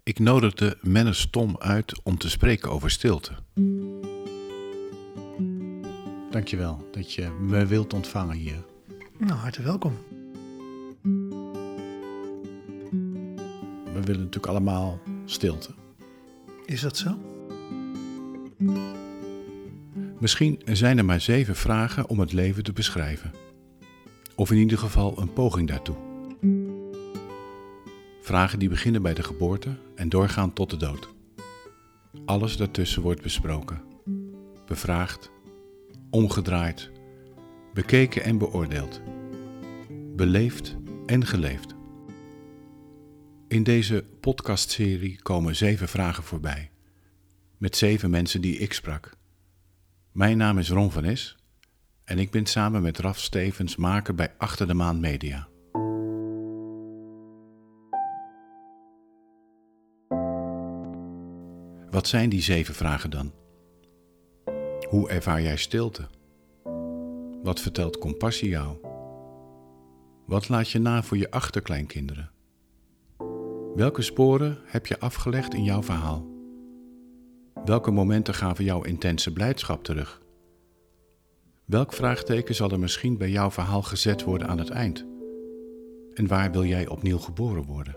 Ik nodigde Mennes Tom uit om te spreken over stilte. Dankjewel dat je me wilt ontvangen hier. Nou, hartelijk welkom. We willen natuurlijk allemaal stilte. Is dat zo? Misschien zijn er maar 7 vragen om het leven te beschrijven. Of in ieder geval een poging daartoe. Vragen die beginnen bij de geboorte en doorgaan tot de dood. Alles daartussen wordt besproken, bevraagd, omgedraaid, bekeken en beoordeeld. Beleefd en geleefd. In deze podcastserie komen 7 vragen voorbij. Met 7 mensen die ik sprak. Mijn naam is Ron van Es en ik ben samen met Raf Stevens maker bij Achter de Maan Media. Wat zijn die 7 vragen dan? Hoe ervaar jij stilte? Wat vertelt compassie jou? Wat laat je na voor je achterkleinkinderen? Welke sporen heb je afgelegd in jouw verhaal? Welke momenten gaven jouw intense blijdschap terug? Welk vraagteken zal er misschien bij jouw verhaal gezet worden aan het eind? En waar wil jij opnieuw geboren worden?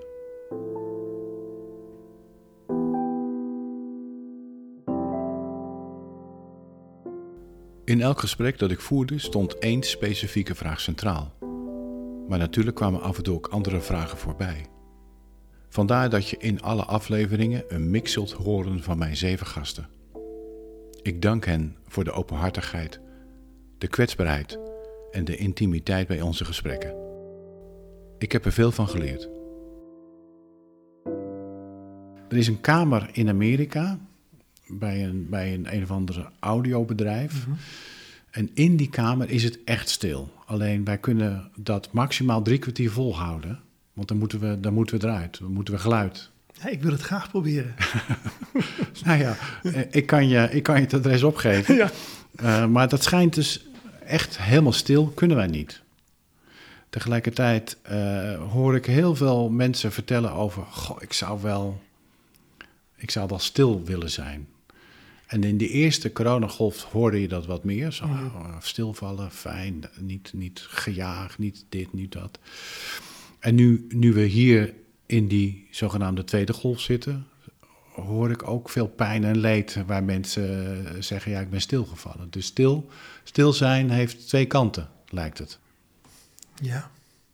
In elk gesprek dat ik voerde stond 1 specifieke vraag centraal. Maar natuurlijk kwamen af en toe ook andere vragen voorbij. Vandaar dat je in alle afleveringen een mix zult horen van mijn 7 gasten. Ik dank hen voor de openhartigheid, de kwetsbaarheid en de intimiteit bij onze gesprekken. Ik heb er veel van geleerd. Er is een kamer in Amerika bij een of andere audiobedrijf. Mm-hmm. En in die kamer is het echt stil. Alleen wij kunnen dat maximaal 3 kwartier volhouden. Want dan moeten we eruit. Dan moeten we geluid. Ja, ik wil het graag proberen. Nou ja, ik kan je het adres opgeven. Ja. Maar dat schijnt dus echt helemaal stil. Kunnen wij niet. Tegelijkertijd hoor ik heel veel mensen vertellen over... Goh, ik zou wel stil willen zijn. En in de eerste coronagolf hoorde je dat wat meer. Zo, stilvallen, fijn, niet gejaagd, niet dit, niet dat. En nu we hier in die zogenaamde tweede golf zitten... hoor ik ook veel pijn en leed waar mensen zeggen... ja, ik ben stilgevallen. Dus stil zijn heeft 2 kanten, lijkt het. Ja.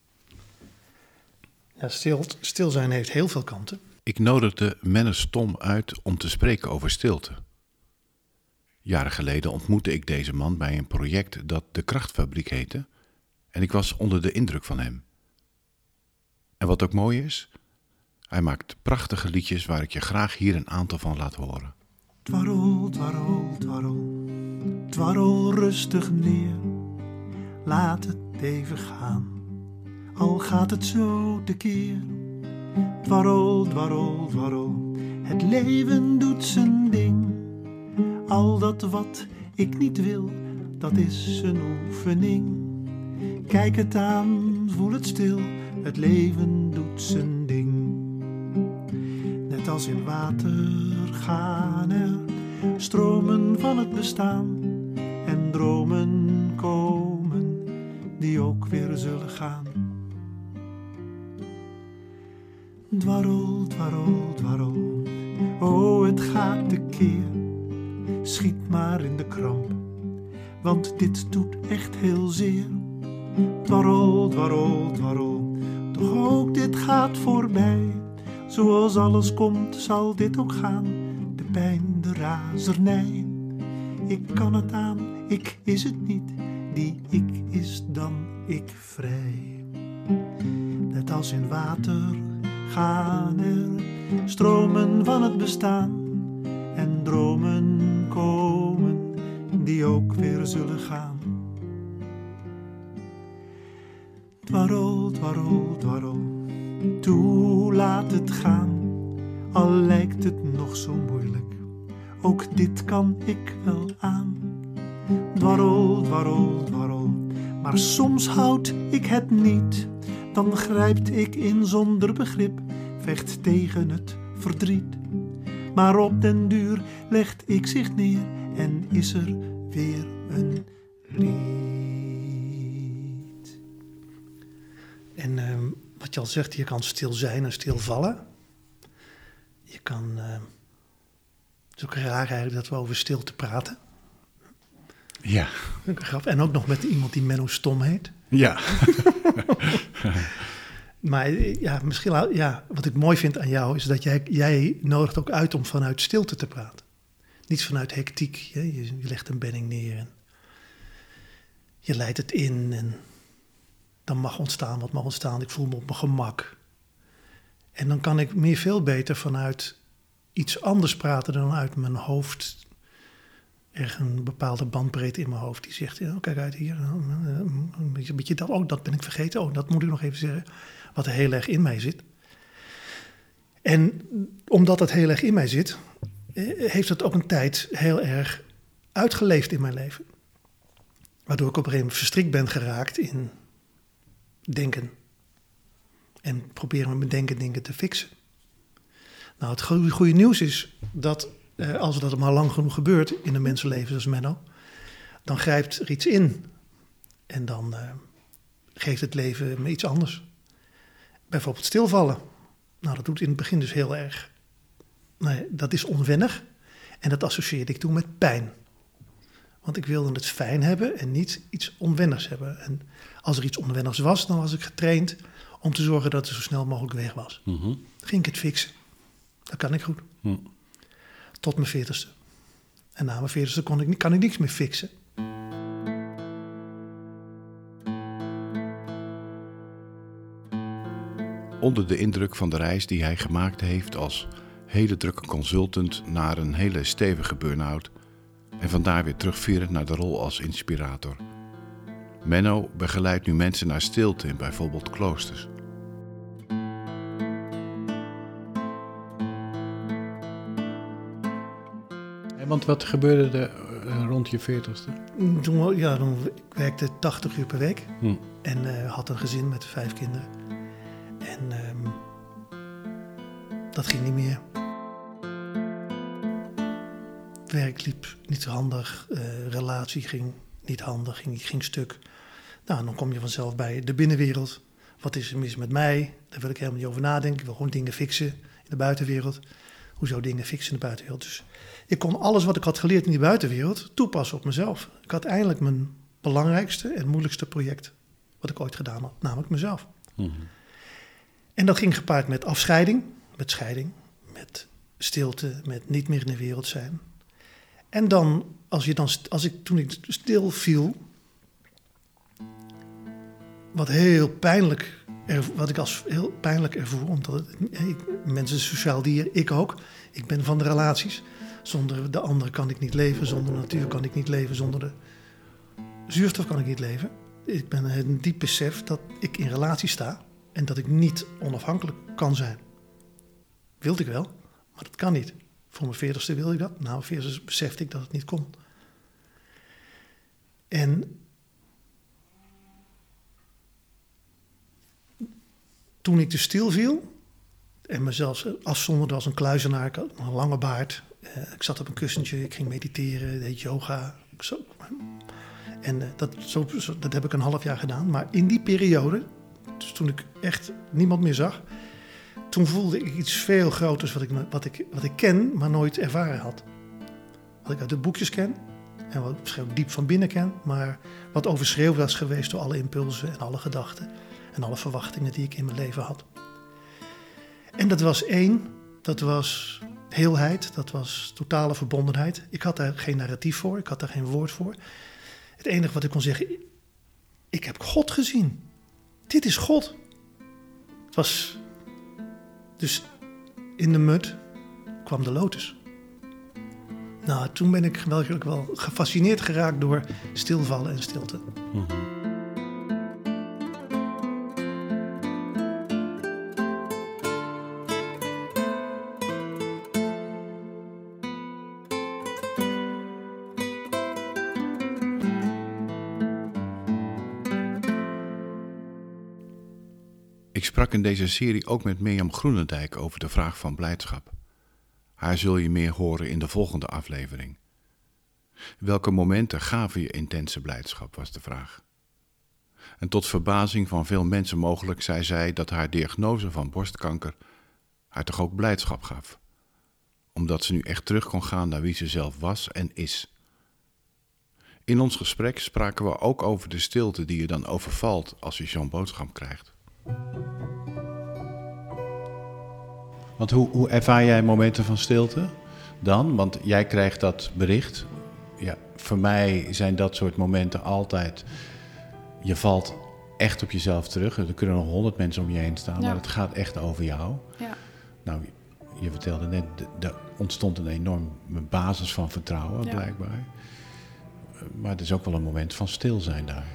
Ja, stil zijn heeft heel veel kanten. Ik nodigde Mennes Tom uit om te spreken over stilte. Jaren geleden ontmoette ik deze man bij een project dat De Krachtfabriek heette... en ik was onder de indruk van hem. En wat ook mooi is, hij maakt prachtige liedjes waar ik je graag hier een aantal van laat horen. Dwarrel, dwarrel, dwarrel, dwarrel rustig neer, laat het even gaan, al gaat het zo tekeer. Dwarrel, dwarrel, dwarrel, het leven doet zijn ding, al dat wat ik niet wil, dat is een oefening. Kijk het aan, voel het stil, het leven doet zijn ding. Net als in water gaan er stromen van het bestaan en dromen komen die ook weer zullen gaan. Dwarrel, dwarrel, dwarrel, oh het gaat tekeer, schiet maar in de kramp, want dit doet echt heel zeer. Dwarrel, dwarrel, dwarrel, toch ook dit gaat voorbij. Zoals alles komt, zal dit ook gaan. De pijn, de razernij. Ik kan het aan, ik is het niet. Die ik is dan ik vrij. Net als in water gaan er stromen van het bestaan. En dromen komen die ook weer zullen gaan. Dwarrel, dwarrel, dwarrel, toe laat het gaan, al lijkt het nog zo moeilijk, ook dit kan ik wel aan. Dwarrel, dwarrel, dwarrel, maar soms houd ik het niet, dan grijpt ik in zonder begrip, vecht tegen het verdriet. Maar op den duur legt ik zich neer en is er weer een lied. En wat je al zegt, je kan stil zijn en stil vallen. Je kan... het is ook raar eigenlijk dat we over stilte praten. Ja. Grap. En ook nog met iemand die Menno Stom heet. Ja. Maar ja, misschien, ja, wat ik mooi vind aan jou is dat jij nodigt ook uit om vanuit stilte te praten. Niet vanuit hectiek. Je legt een bedding neer en je leidt het in en dan mag ontstaan wat mag ontstaan. Ik voel me op mijn gemak. En dan kan ik veel beter vanuit iets anders praten dan uit mijn hoofd. Er een bepaalde bandbreedte in mijn hoofd die zegt, ja, kijk uit hier, een beetje dat, dat ben ik vergeten, dat moet ik nog even zeggen, wat er heel erg in mij zit. En omdat het heel erg in mij zit, heeft het ook een tijd heel erg uitgeleefd in mijn leven. Waardoor ik op een gegeven moment verstrikt ben geraakt in denken. En proberen met mijn denken dingen te fixen. Nou, het goede nieuws is dat als dat maar lang genoeg gebeurt in een mensenleven zoals Menno, dan grijpt er iets in. En dan geeft het leven me iets anders. Bijvoorbeeld stilvallen. Nou, dat doet in het begin dus heel erg. Nee, dat is onwennig. En dat associeerde ik toen met pijn. Want ik wilde het fijn hebben en niet iets onwennigs hebben. En als er iets onwennigs was, dan was ik getraind om te zorgen dat het zo snel mogelijk weg was. Mm-hmm. Dan ging ik het fixen. Dat kan ik goed. Mm. Tot mijn 40ste. En na mijn 40ste kan ik niks meer fixen. Onder de indruk van de reis die hij gemaakt heeft als hele drukke consultant naar een hele stevige burn-out en vandaar weer terugvierend naar de rol als inspirator. Menno begeleidt nu mensen naar stilte in bijvoorbeeld kloosters. Want wat gebeurde er rond je 40ste? Toen ik werkte 80 uur per week en had een gezin met 5 kinderen. En dat ging niet meer. Werk liep niet zo handig, relatie ging niet handig, ging stuk. Nou, dan kom je vanzelf bij de binnenwereld. Wat is er mis met mij? Daar wil ik helemaal niet over nadenken. Ik wil gewoon dingen fixen in de buitenwereld. Hoezo dingen fixen in de buitenwereld? Dus ik kon alles wat ik had geleerd in die buitenwereld toepassen op mezelf. Ik had eindelijk mijn belangrijkste en moeilijkste project wat ik ooit gedaan had, namelijk mezelf. Mm-hmm. En dat ging gepaard met afscheiding, met scheiding, met stilte, met niet meer in de wereld zijn. En dan, toen ik stil viel, wat ik als heel pijnlijk ervoer, omdat mensen zijn sociaal dier, ik ook. Ik ben van de relaties. Zonder de ander kan ik niet leven, zonder de natuur kan ik niet leven, zonder de zuurstof kan ik niet leven. Ik ben een diep besef dat ik in relatie sta en dat ik niet onafhankelijk kan zijn. Wilde ik wel, maar dat kan niet. Voor mijn 40ste wilde ik dat. Na mijn 40ste besefte ik dat het niet kon. En toen ik dus stil viel en mezelf afzonderde als een kluizenaar, ik had een lange baard, ik zat op een kussentje, ik ging mediteren, deed yoga. En dat heb ik een half jaar gedaan. Maar in die periode, dus toen ik echt niemand meer zag, toen voelde ik iets veel groters wat ik ken, maar nooit ervaren had. Wat ik uit de boekjes ken en wat ik misschien diep van binnen ken, maar wat overschreeuwd was geweest door alle impulsen en alle gedachten en alle verwachtingen die ik in mijn leven had. En dat was dat was heelheid, dat was totale verbondenheid. Ik had daar geen narratief voor, ik had daar geen woord voor. Het enige wat ik kon zeggen, ik heb God gezien. Dit is God. Het was dus in de mud kwam de lotus. Nou, toen ben ik werkelijk wel gefascineerd geraakt door stilvallen en stilte. Mm-hmm. Ik sprak in deze serie ook met Mirjam Groenendijk over de vraag van blijdschap. Haar zul je meer horen in de volgende aflevering. Welke momenten gaven je intense blijdschap, was de vraag. En tot verbazing van veel mensen mogelijk zei zij dat haar diagnose van borstkanker haar toch ook blijdschap gaf. Omdat ze nu echt terug kon gaan naar wie ze zelf was en is. In ons gesprek spraken we ook over de stilte die je dan overvalt als je zo'n boodschap krijgt. Want hoe ervaar jij momenten van stilte dan? Want jij krijgt dat bericht. Ja, voor mij zijn dat soort momenten altijd... Je valt echt op jezelf terug. Er kunnen nog 100 mensen om je heen staan, maar het gaat echt over jou. Ja. Nou, je vertelde net, er ontstond een enorme basis van vertrouwen, blijkbaar. Maar het is ook wel een moment van stil zijn daar.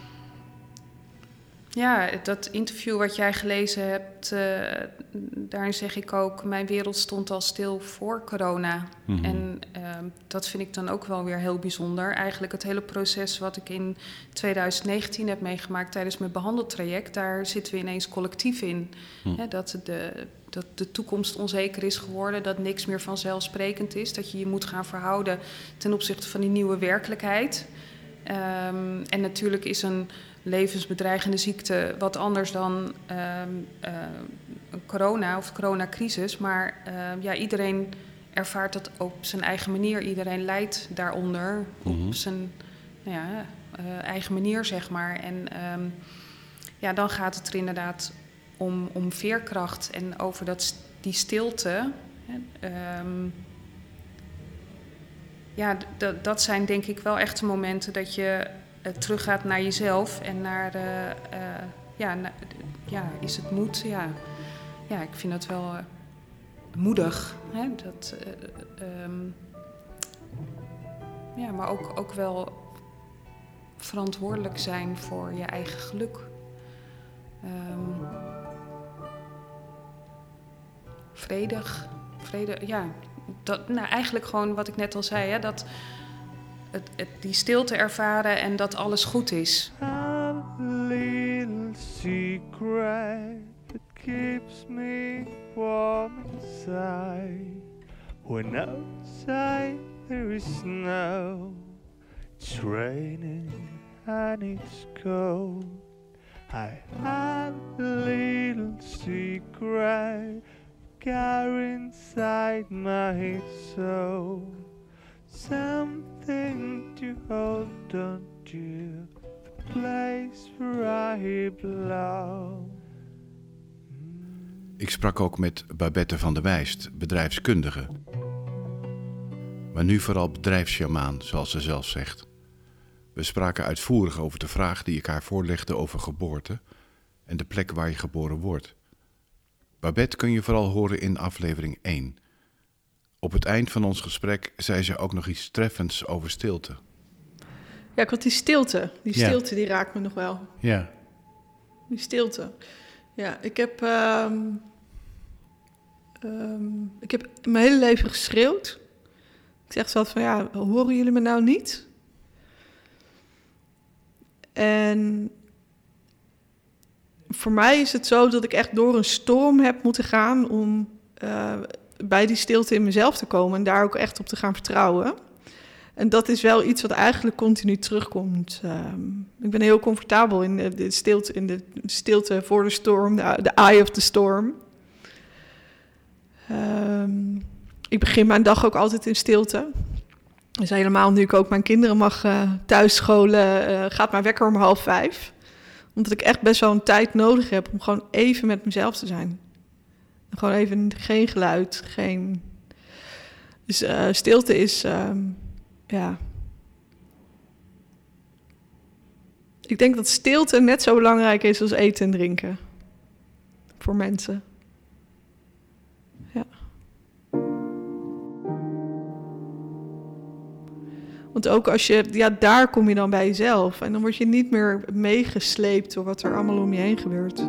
Ja, dat interview wat jij gelezen hebt, daarin zeg ik ook... mijn wereld stond al stil voor corona. Mm-hmm. En dat vind ik dan ook wel weer heel bijzonder. Eigenlijk het hele proces wat ik in 2019 heb meegemaakt tijdens mijn behandeltraject... daar zitten we ineens collectief in. Hè, dat de toekomst onzeker is geworden, dat niks meer vanzelfsprekend is... dat je je moet gaan verhouden ten opzichte van die nieuwe werkelijkheid. En natuurlijk is een levensbedreigende ziekte wat anders dan corona of de coronacrisis. Maar iedereen ervaart dat op zijn eigen manier. Iedereen lijdt daaronder op zijn eigen manier, zeg maar. En dan gaat het er inderdaad om veerkracht en over die stilte. Dat zijn denk ik wel echte momenten dat je teruggaat naar jezelf en naar is het moed? Ja, ik vind dat wel moedig. Hè? Maar ook wel verantwoordelijk zijn voor je eigen geluk. Vrede, ja. Eigenlijk gewoon wat ik net al zei, hè, dat die stilte ervaren en dat alles goed is. A little secret that keeps me warm inside. When outside there is snow, it's raining and it's cold. I have a little secret carry inside my soul. Something to hold on to, the place where I belong. Ik sprak ook met Babette van der Wijst, bedrijfskundige. Maar nu vooral bedrijfssjamaan, zoals ze zelf zegt. We spraken uitvoerig over de vraag die ik haar voorlegde over geboorte en de plek waar je geboren wordt. Babette kun je vooral horen in aflevering 1. Op het eind van ons gesprek zei ze ook nog iets treffends over stilte. Ja, ik had die stilte. Die stilte die raakt me nog wel. Ja. Die stilte. Ja, ik heb mijn hele leven geschreeuwd. Ik zeg zo van, horen jullie me nou niet? En voor mij is het zo dat ik echt door een storm heb moeten gaan om bij die stilte in mezelf te komen en daar ook echt op te gaan vertrouwen. En dat is wel iets wat eigenlijk continu terugkomt. Ik ben heel comfortabel in de stilte voor de storm, de eye of the storm. Ik begin mijn dag ook altijd in stilte. Dus helemaal nu ik ook mijn kinderen mag thuisscholen, gaat mijn wekker om 4:30. Omdat ik echt best wel een tijd nodig heb om gewoon even met mezelf te zijn. Gewoon even geen geluid, geen... Dus stilte is, Ik denk dat stilte net zo belangrijk is als eten en drinken. Voor mensen. Ja. Want ook als je... daar kom je dan bij jezelf. En dan word je niet meer meegesleept door wat er allemaal om je heen gebeurt.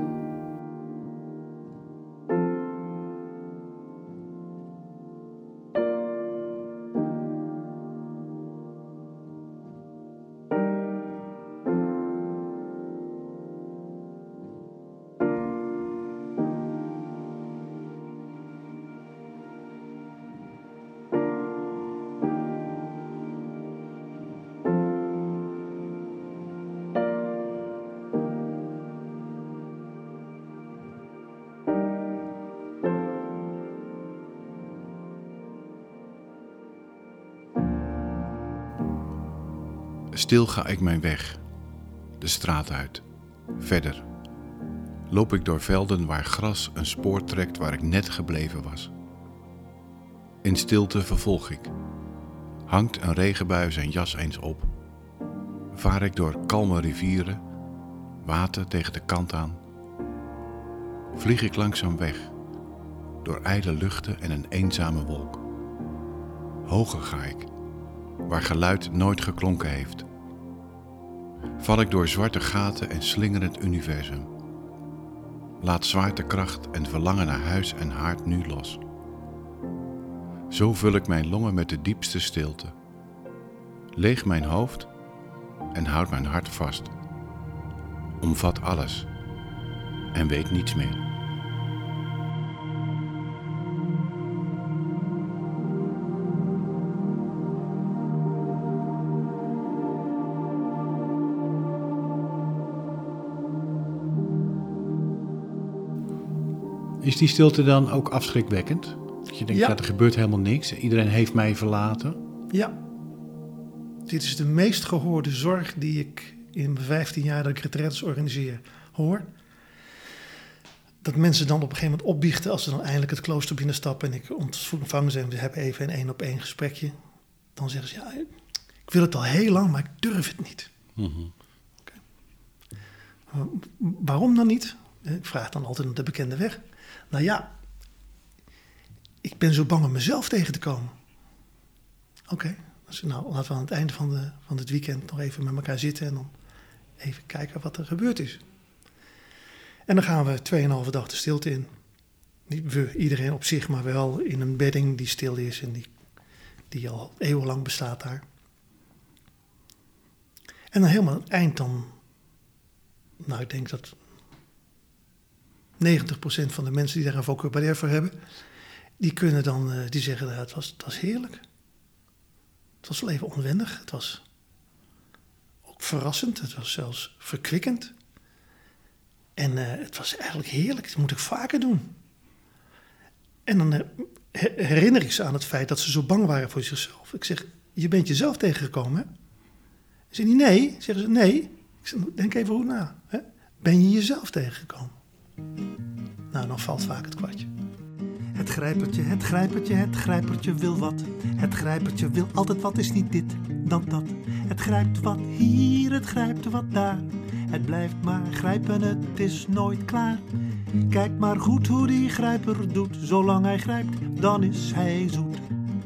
Stil ga ik mijn weg, de straat uit, verder. Loop ik door velden waar gras een spoor trekt waar ik net gebleven was. In stilte vervolg ik. Hangt een regenbui zijn jas eens op. Vaar ik door kalme rivieren, water tegen de kant aan. Vlieg ik langzaam weg, door ijle luchten en een eenzame wolk. Hoger ga ik, waar geluid nooit geklonken heeft. Val ik door zwarte gaten en slingerend universum. Laat zwaartekracht en verlangen naar huis en haard nu los. Zo vul ik mijn longen met de diepste stilte. Leeg mijn hoofd en houd mijn hart vast. Omvat alles en weet niets meer. Is die stilte dan ook afschrikwekkend? Dat je denkt, Ja. er gebeurt helemaal niks. Iedereen heeft mij verlaten. Ja. Dit is de meest gehoorde zorg die ik in mijn 15 jaar dat ik retraites organiseer hoor. Dat mensen dan op een gegeven moment opbiechten als ze dan eindelijk het klooster binnenstappen en ik ontvangen ze en we hebben even een 1-op-1 gesprekje. Dan zeggen ze, ja, ik wil het al heel lang, maar ik durf het niet. Mm-hmm. Waarom dan niet? Ik vraag dan altijd naar de bekende weg. Nou ja, ik ben zo bang om mezelf tegen te komen. Oké, dus nou laten we aan het einde van het weekend nog even met elkaar zitten en dan even kijken wat er gebeurd is. En dan gaan we 2,5 dag de stilte in. Niet we, iedereen op zich, maar wel in een bedding die stil is en die al eeuwenlang bestaat daar. En dan helemaal aan het eind dan, nou ik denk dat 90% van de mensen die daar een vocabulaire voor hebben, die kunnen dan, die zeggen, het was heerlijk. Het was wel even onwennig. Het was ook verrassend. Het was zelfs verkwikkend. En het was eigenlijk heerlijk. Dat moet ik vaker doen. En dan herinner ik ze aan het feit dat ze zo bang waren voor zichzelf. Ik zeg, je bent jezelf tegengekomen, hè? Ze zeggen, nee. Zeggen ze, nee. Ik zeg, denk even goed na. Hè? Ben je jezelf tegengekomen? Nou, dan valt vaak het kwartje. Het grijpertje, het grijpertje, het grijpertje wil wat. Het grijpertje wil altijd wat, is niet dit, dan dat. Het grijpt wat hier, het grijpt wat daar. Het blijft maar grijpen, het is nooit klaar. Kijk maar goed hoe die grijper doet. Zolang hij grijpt, dan is hij zoet.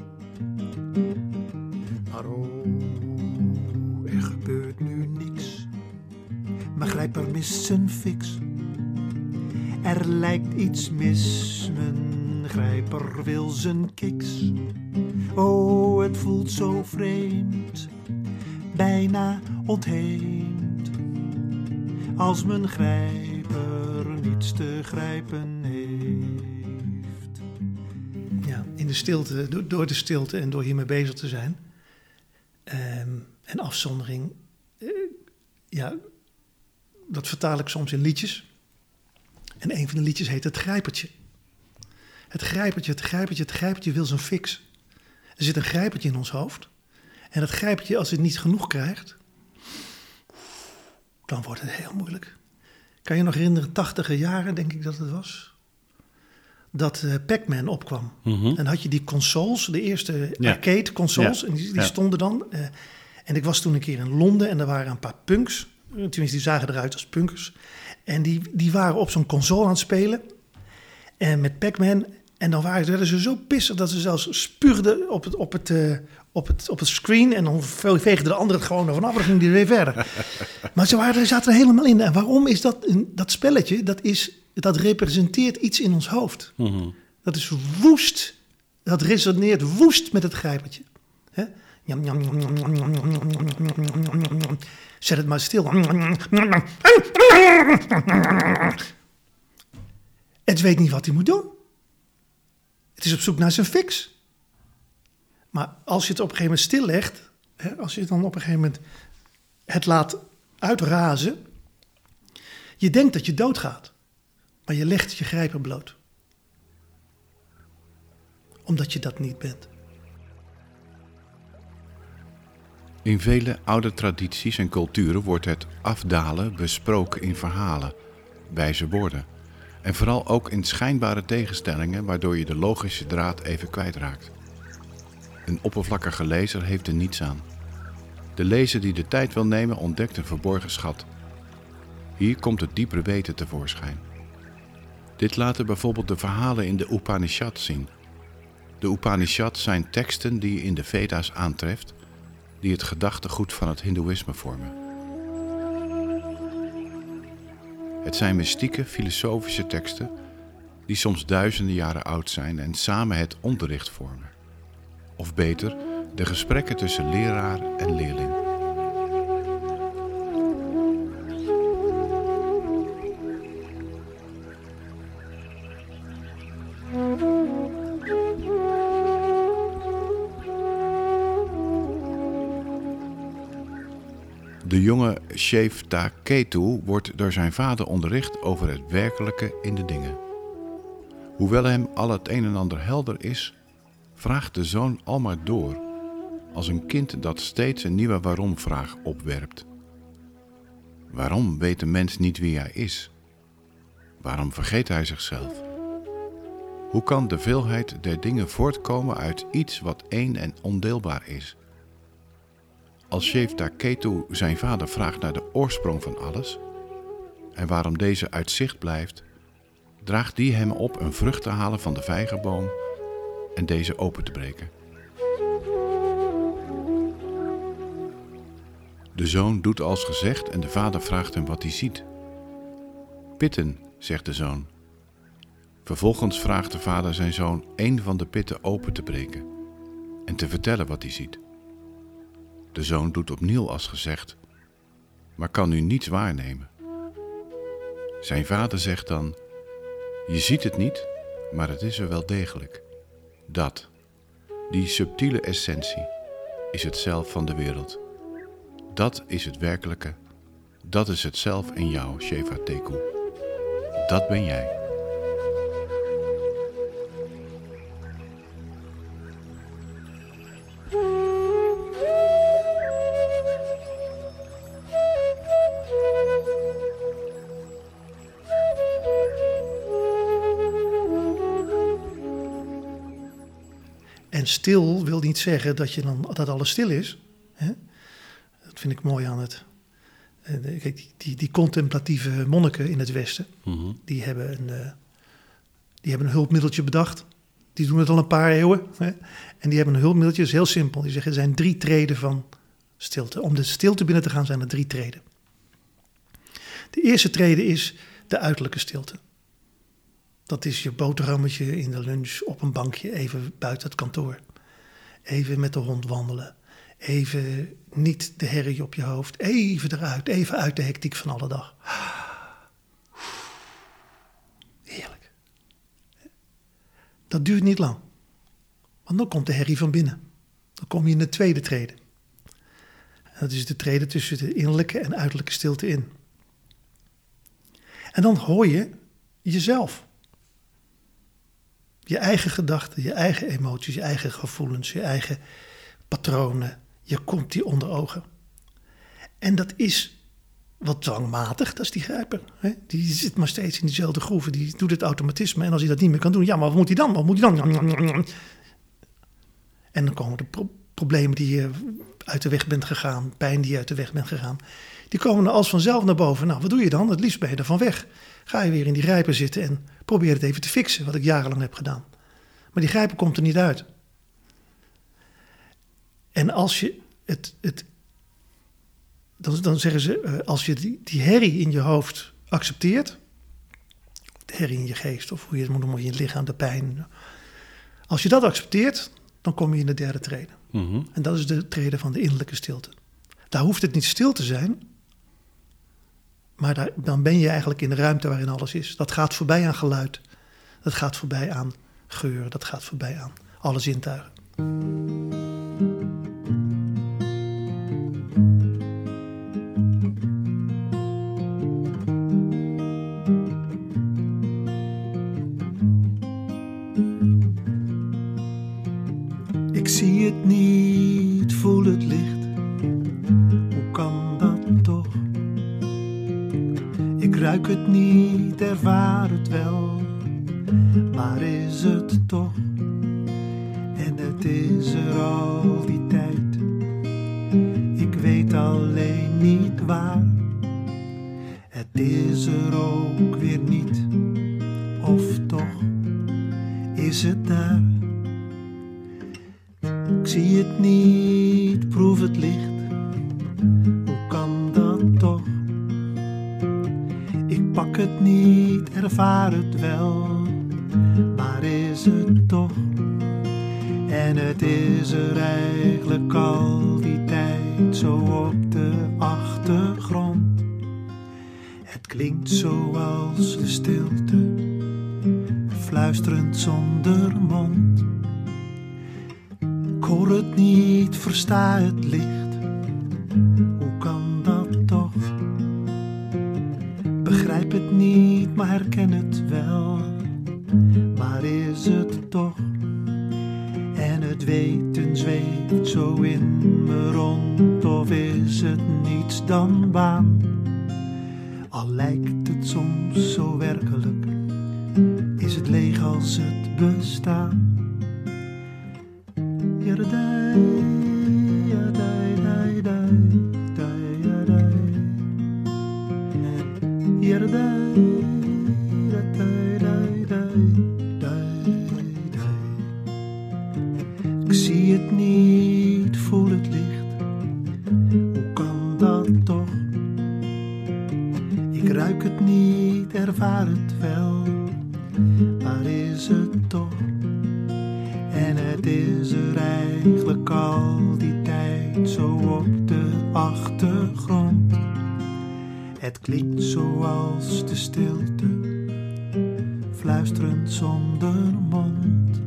Maar oh, er gebeurt nu niks. Mijn grijper mist zijn fix. Er lijkt iets mis, mijn grijper wil zijn kiks. Oh, het voelt zo vreemd, bijna ontheemd. Als mijn grijper niets te grijpen heeft. Ja, in de stilte, door de stilte en door hiermee bezig te zijn. En afzondering, ja, dat vertaal ik soms in liedjes. En een van de liedjes heet Het Grijpertje. Het grijpertje, het grijpertje, het grijpertje wil zijn fix. Er zit een grijpertje in ons hoofd. En dat grijpertje, als het niet genoeg krijgt, dan wordt het heel moeilijk. Kan je nog herinneren, 80e jaren, denk ik dat het was, dat Pac-Man opkwam. Mm-hmm. En had je die consoles, de eerste Ja. arcade consoles, Ja. en die Ja. stonden dan. En ik was toen een keer in Londen en er waren een paar punks. Tenminste, die zagen eruit als punkers. En die waren op zo'n console aan het spelen. En met Pac-Man. En dan werden ze zo pissig dat ze zelfs spuugden op het screen. En dan veegden de anderen het gewoon er vanaf en dan ging die weer verder. Maar ze zaten er helemaal in. En waarom is dat spelletje? Dat representeert iets in ons hoofd. Mm-hmm. Dat is woest. Dat resoneert woest met het grijpertje. Hè? Jam, jam, jam, jam, jam, jam, jam, jam, jam, jam, jam, jam. Zet het maar stil. Het weet niet wat hij moet doen. Het is op zoek naar zijn fix. Maar als je het op een gegeven moment stillegt, hè, als je het dan op een gegeven moment het laat uitrazen, je denkt dat je doodgaat, maar je legt je grijper bloot. Omdat je dat niet bent. In vele oude tradities en culturen wordt het afdalen besproken in verhalen, wijze woorden. En vooral ook in schijnbare tegenstellingen waardoor je de logische draad even kwijtraakt. Een oppervlakkige lezer heeft er niets aan. De lezer die de tijd wil nemen ontdekt een verborgen schat. Hier komt het diepere weten tevoorschijn. Dit laten bijvoorbeeld de verhalen in de Upanishads zien. De Upanishads zijn teksten die je in de Veda's aantreft, die het gedachtegoed van het Hindoeïsme vormen. Het zijn mystieke, filosofische teksten die soms duizenden jaren oud zijn en samen het onderricht vormen. Of beter, de gesprekken tussen leraar en leerling. De jonge Shivtaketu wordt door zijn vader onderricht over het werkelijke in de dingen. Hoewel hem al het een en ander helder is, vraagt de zoon al maar door, als een kind dat steeds een nieuwe waarom-vraag opwerpt. Waarom weet de mens niet wie hij is? Waarom vergeet hij zichzelf? Hoe kan de veelheid der dingen voortkomen uit iets wat één en ondeelbaar is? Als Shivtaketu zijn vader vraagt naar de oorsprong van alles en waarom deze uit zicht blijft, draagt die hem op een vrucht te halen van de vijgenboom en deze open te breken. De zoon doet als gezegd en de vader vraagt hem wat hij ziet. Pitten, zegt de zoon. Vervolgens vraagt de vader zijn zoon één van de pitten open te breken en te vertellen wat hij ziet. De zoon doet opnieuw als gezegd, maar kan nu niets waarnemen. Zijn vader zegt dan, je ziet het niet, maar het is er wel degelijk. Dat, die subtiele essentie, is het zelf van de wereld. Dat is het werkelijke, dat is het zelf in jou, Shivtaketu. Dat ben jij. En stil wil niet zeggen dat alles stil is. Hè? Dat vind ik mooi aan het. Kijk, die contemplatieve monniken in het Westen, die hebben een hulpmiddeltje bedacht. Die doen het al een paar eeuwen. Hè? En die hebben een hulpmiddeltje, dat is heel simpel. Die zeggen, er zijn 3 treden van stilte. Om de stilte binnen te gaan zijn er 3 treden. De eerste trede is de uiterlijke stilte. Dat is je boterhammetje in de lunch op een bankje even buiten het kantoor. Even met de hond wandelen. Even niet de herrie op je hoofd. Even eruit, even uit de hectiek van alle dag. Heerlijk. Dat duurt niet lang. Want dan komt de herrie van binnen. Dan kom je in de tweede trede. En dat is de trede tussen de innerlijke en uiterlijke stilte in. En dan hoor je jezelf. Je eigen gedachten, je eigen emoties, je eigen gevoelens, je eigen patronen. Je komt die onder ogen. En dat is wat dwangmatig, dat is die grijper. Hè? Die zit maar steeds in diezelfde groeven, die doet het automatisme. En als hij dat niet meer kan doen, ja, maar wat moet hij dan? Wat moet hij dan? En dan komen de problemen die je uit de weg bent gegaan, pijn die je uit de weg bent gegaan, die komen er als vanzelf naar boven. Nou, wat doe je dan? Het liefst ben je er van weg. Ga je weer in die grijper zitten en probeer het even te fixen, wat ik jarenlang heb gedaan. Maar die grijper komt er niet uit. En als je dan zeggen ze, als je die herrie in je hoofd accepteert, de herrie in je geest, of hoe je het moet noemen, in je lichaam, de pijn. Als je dat accepteert, dan kom je in de derde trede. En dat is de trede van de innerlijke stilte. Daar hoeft het niet stil te zijn, maar dan ben je eigenlijk in de ruimte waarin alles is. Dat gaat voorbij aan geluid, dat gaat voorbij aan geur, dat gaat voorbij aan alle zintuigen. Ik zie het niet, voel het licht. ruik het niet, ervaar het wel. Waar is het toch? En het is er al die tijd. Ik weet alleen niet waar. Het is er ook weer niet. Of toch is het daar? Ik zie het niet, proef het licht. Hoe kan dat toch? Ik pak het niet, ervaar het wel. Waar is het toch? En het is er eigenlijk al die tijd zo op de achtergrond. Het klinkt zoals de stilte, fluisterend zonder mond. Ik hoor het niet, versta het licht. Hoe kan dat toch? Begrijp het niet, maar herken het wel. Waar is het toch? En het weten zweeft zo in me rond. Of is het niets dan waan? Al lijkt het soms zo werkelijk, is het leeg als het bestaan. Ik zie het niet, voel het licht. Hoe kan dat toch? Ik ruik het niet, ervaar het wel. Waar is het toch? En het is er eigenlijk al die tijd zo op de achtergrond. Het klinkt zoals de stilte, fluisterend zonder mond.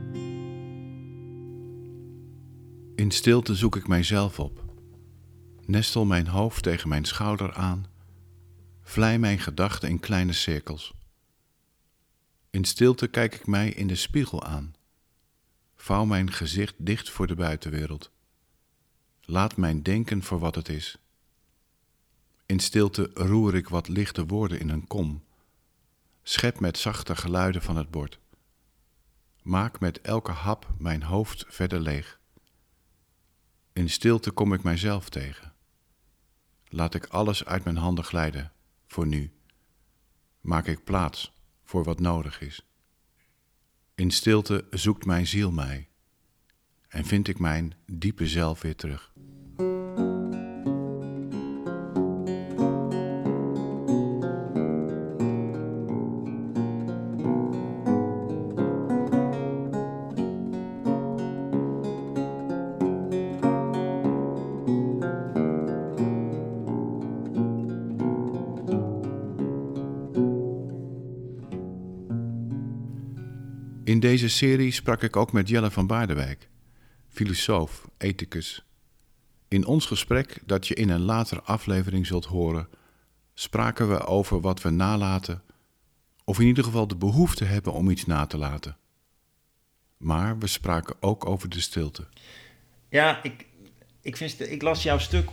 In stilte zoek ik mijzelf op. Nestel mijn hoofd tegen mijn schouder aan. Vlei mijn gedachten in kleine cirkels. In stilte kijk ik mij in de spiegel aan. Vouw mijn gezicht dicht voor de buitenwereld. Laat mijn denken voor wat het is. In stilte roer ik wat lichte woorden in een kom. Schep met zachte geluiden van het bord. Maak met elke hap mijn hoofd verder leeg. In stilte kom ik mijzelf tegen. Laat ik alles uit mijn handen glijden, voor nu. Maak ik plaats voor wat nodig is. In stilte zoekt mijn ziel mij en vind ik mijn diepe zelf weer terug. In deze serie sprak ik ook met Jelle van Baardewijk, filosoof, ethicus. In ons gesprek, dat je in een latere aflevering zult horen, spraken we over wat we nalaten, of in ieder geval de behoefte hebben om iets na te laten. Maar we spraken ook over de stilte. Ja, ik las jouw stuk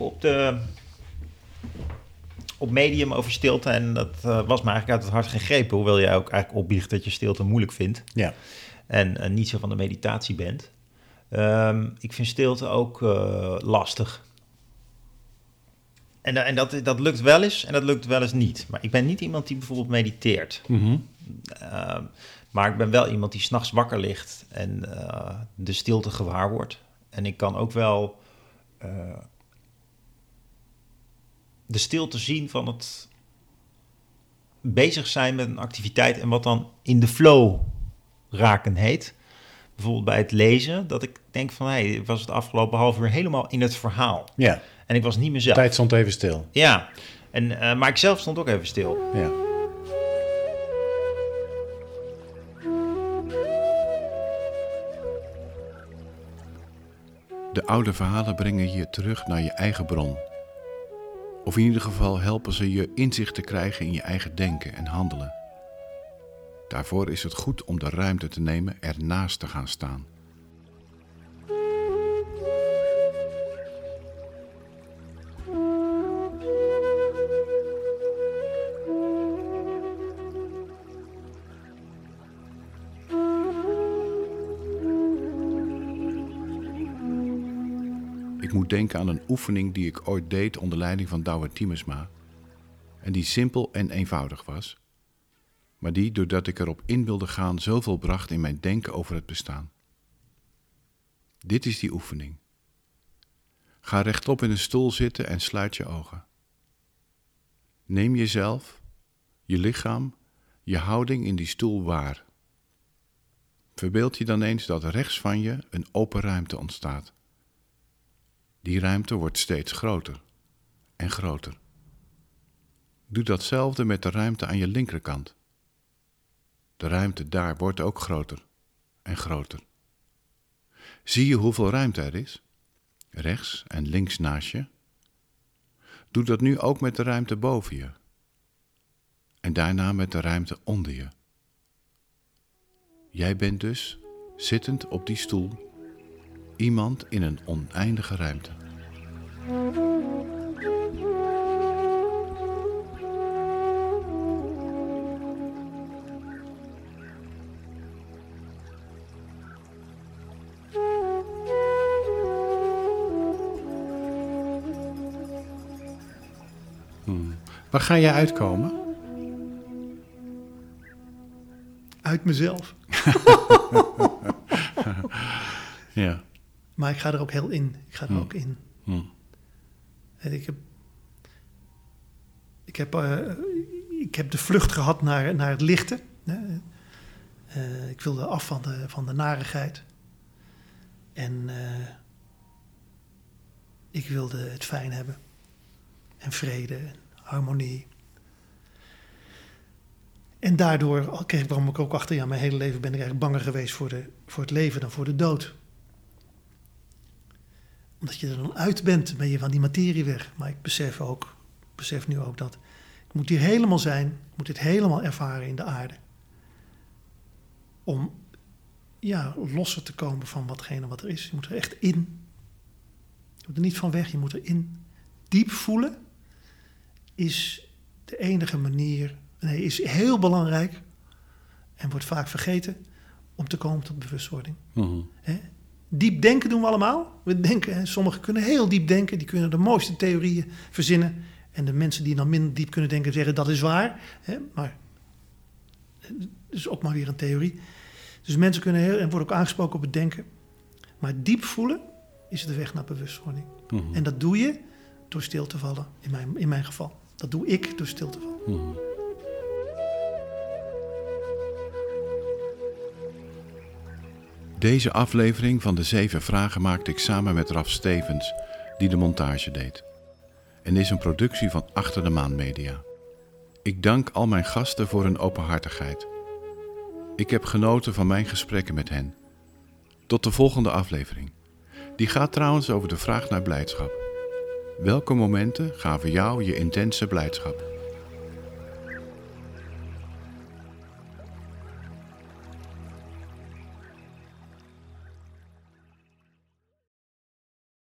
op Medium over stilte en dat was me eigenlijk uit het hart gegrepen, hoewel jij ook eigenlijk opbiecht dat je stilte moeilijk vindt. Ja. En niet zo van de meditatie bent. Ik vind stilte ook lastig. En dat lukt wel eens en dat lukt wel eens niet. Maar ik ben niet iemand die bijvoorbeeld mediteert. Mm-hmm. Maar ik ben wel iemand die 's nachts wakker ligt en de stilte gewaar wordt. En ik kan ook wel de stilte zien van het bezig zijn met een activiteit en wat dan in de flow raken heet. Bijvoorbeeld bij het lezen, dat ik denk van, ik was het afgelopen half uur helemaal in het verhaal. Ja. En ik was niet De mezelf. tijd stond even stil. Ja, maar ik zelf stond ook even stil. Ja. De oude verhalen brengen je terug naar je eigen bron. Of in ieder geval helpen ze je inzicht te krijgen in je eigen denken en handelen. Daarvoor is het goed om de ruimte te nemen ernaast te gaan staan. Ik moet denken aan een oefening die ik ooit deed onder leiding van Douwe Tiemersma. En die simpel en eenvoudig was. Maar die, doordat ik erop in wilde gaan, zoveel bracht in mijn denken over het bestaan. Dit is die oefening. Ga rechtop in een stoel zitten en sluit je ogen. Neem jezelf, je lichaam, je houding in die stoel waar. Verbeeld je dan eens dat rechts van je een open ruimte ontstaat. Die ruimte wordt steeds groter en groter. Doe datzelfde met de ruimte aan je linkerkant. De ruimte daar wordt ook groter en groter. Zie je hoeveel ruimte er is? Rechts en links naast je. Doe dat nu ook met de ruimte boven je. En daarna met de ruimte onder je. Jij bent dus, zittend op die stoel, iemand in een oneindige ruimte. Waar ga jij uitkomen? Uit mezelf. Ja. Maar ik ga er ook heel in. En ik heb de vlucht gehad naar het lichte. Ik wilde af van de narigheid. En ik wilde het fijn hebben. En vrede en harmonie. En daardoor kwam ik ook achter, ja, mijn hele leven ben ik eigenlijk banger geweest voor het leven dan voor de dood. Omdat je er dan uit bent, ben je van die materie weg. Maar ik besef nu ook dat ik moet hier helemaal zijn, ik moet dit helemaal ervaren in de aarde. Om losser te komen van watgene wat er is. Je moet er echt in. Je moet er niet van weg, je moet erin. Diep voelen is de enige manier, is heel belangrijk en wordt vaak vergeten om te komen tot bewustwording. Mm-hmm. Diep denken doen we allemaal. We denken, sommigen kunnen heel diep denken, die kunnen de mooiste theorieën verzinnen. En de mensen die dan minder diep kunnen denken zeggen dat is waar. Maar dat is ook maar weer een theorie. Dus mensen kunnen en worden ook aangesproken op het denken. Maar diep voelen is de weg naar bewustwording. Mm-hmm. En dat doe je door stil te vallen, in mijn geval. Dat doe ik door stil te vallen. Mm-hmm. Deze aflevering van de 7 vragen maakte ik samen met Raf Stevens, die de montage deed. En is een productie van Achter de Maan Media. Ik dank al mijn gasten voor hun openhartigheid. Ik heb genoten van mijn gesprekken met hen. Tot de volgende aflevering. Die gaat trouwens over de vraag naar blijdschap. Welke momenten gaven jou je intense blijdschap?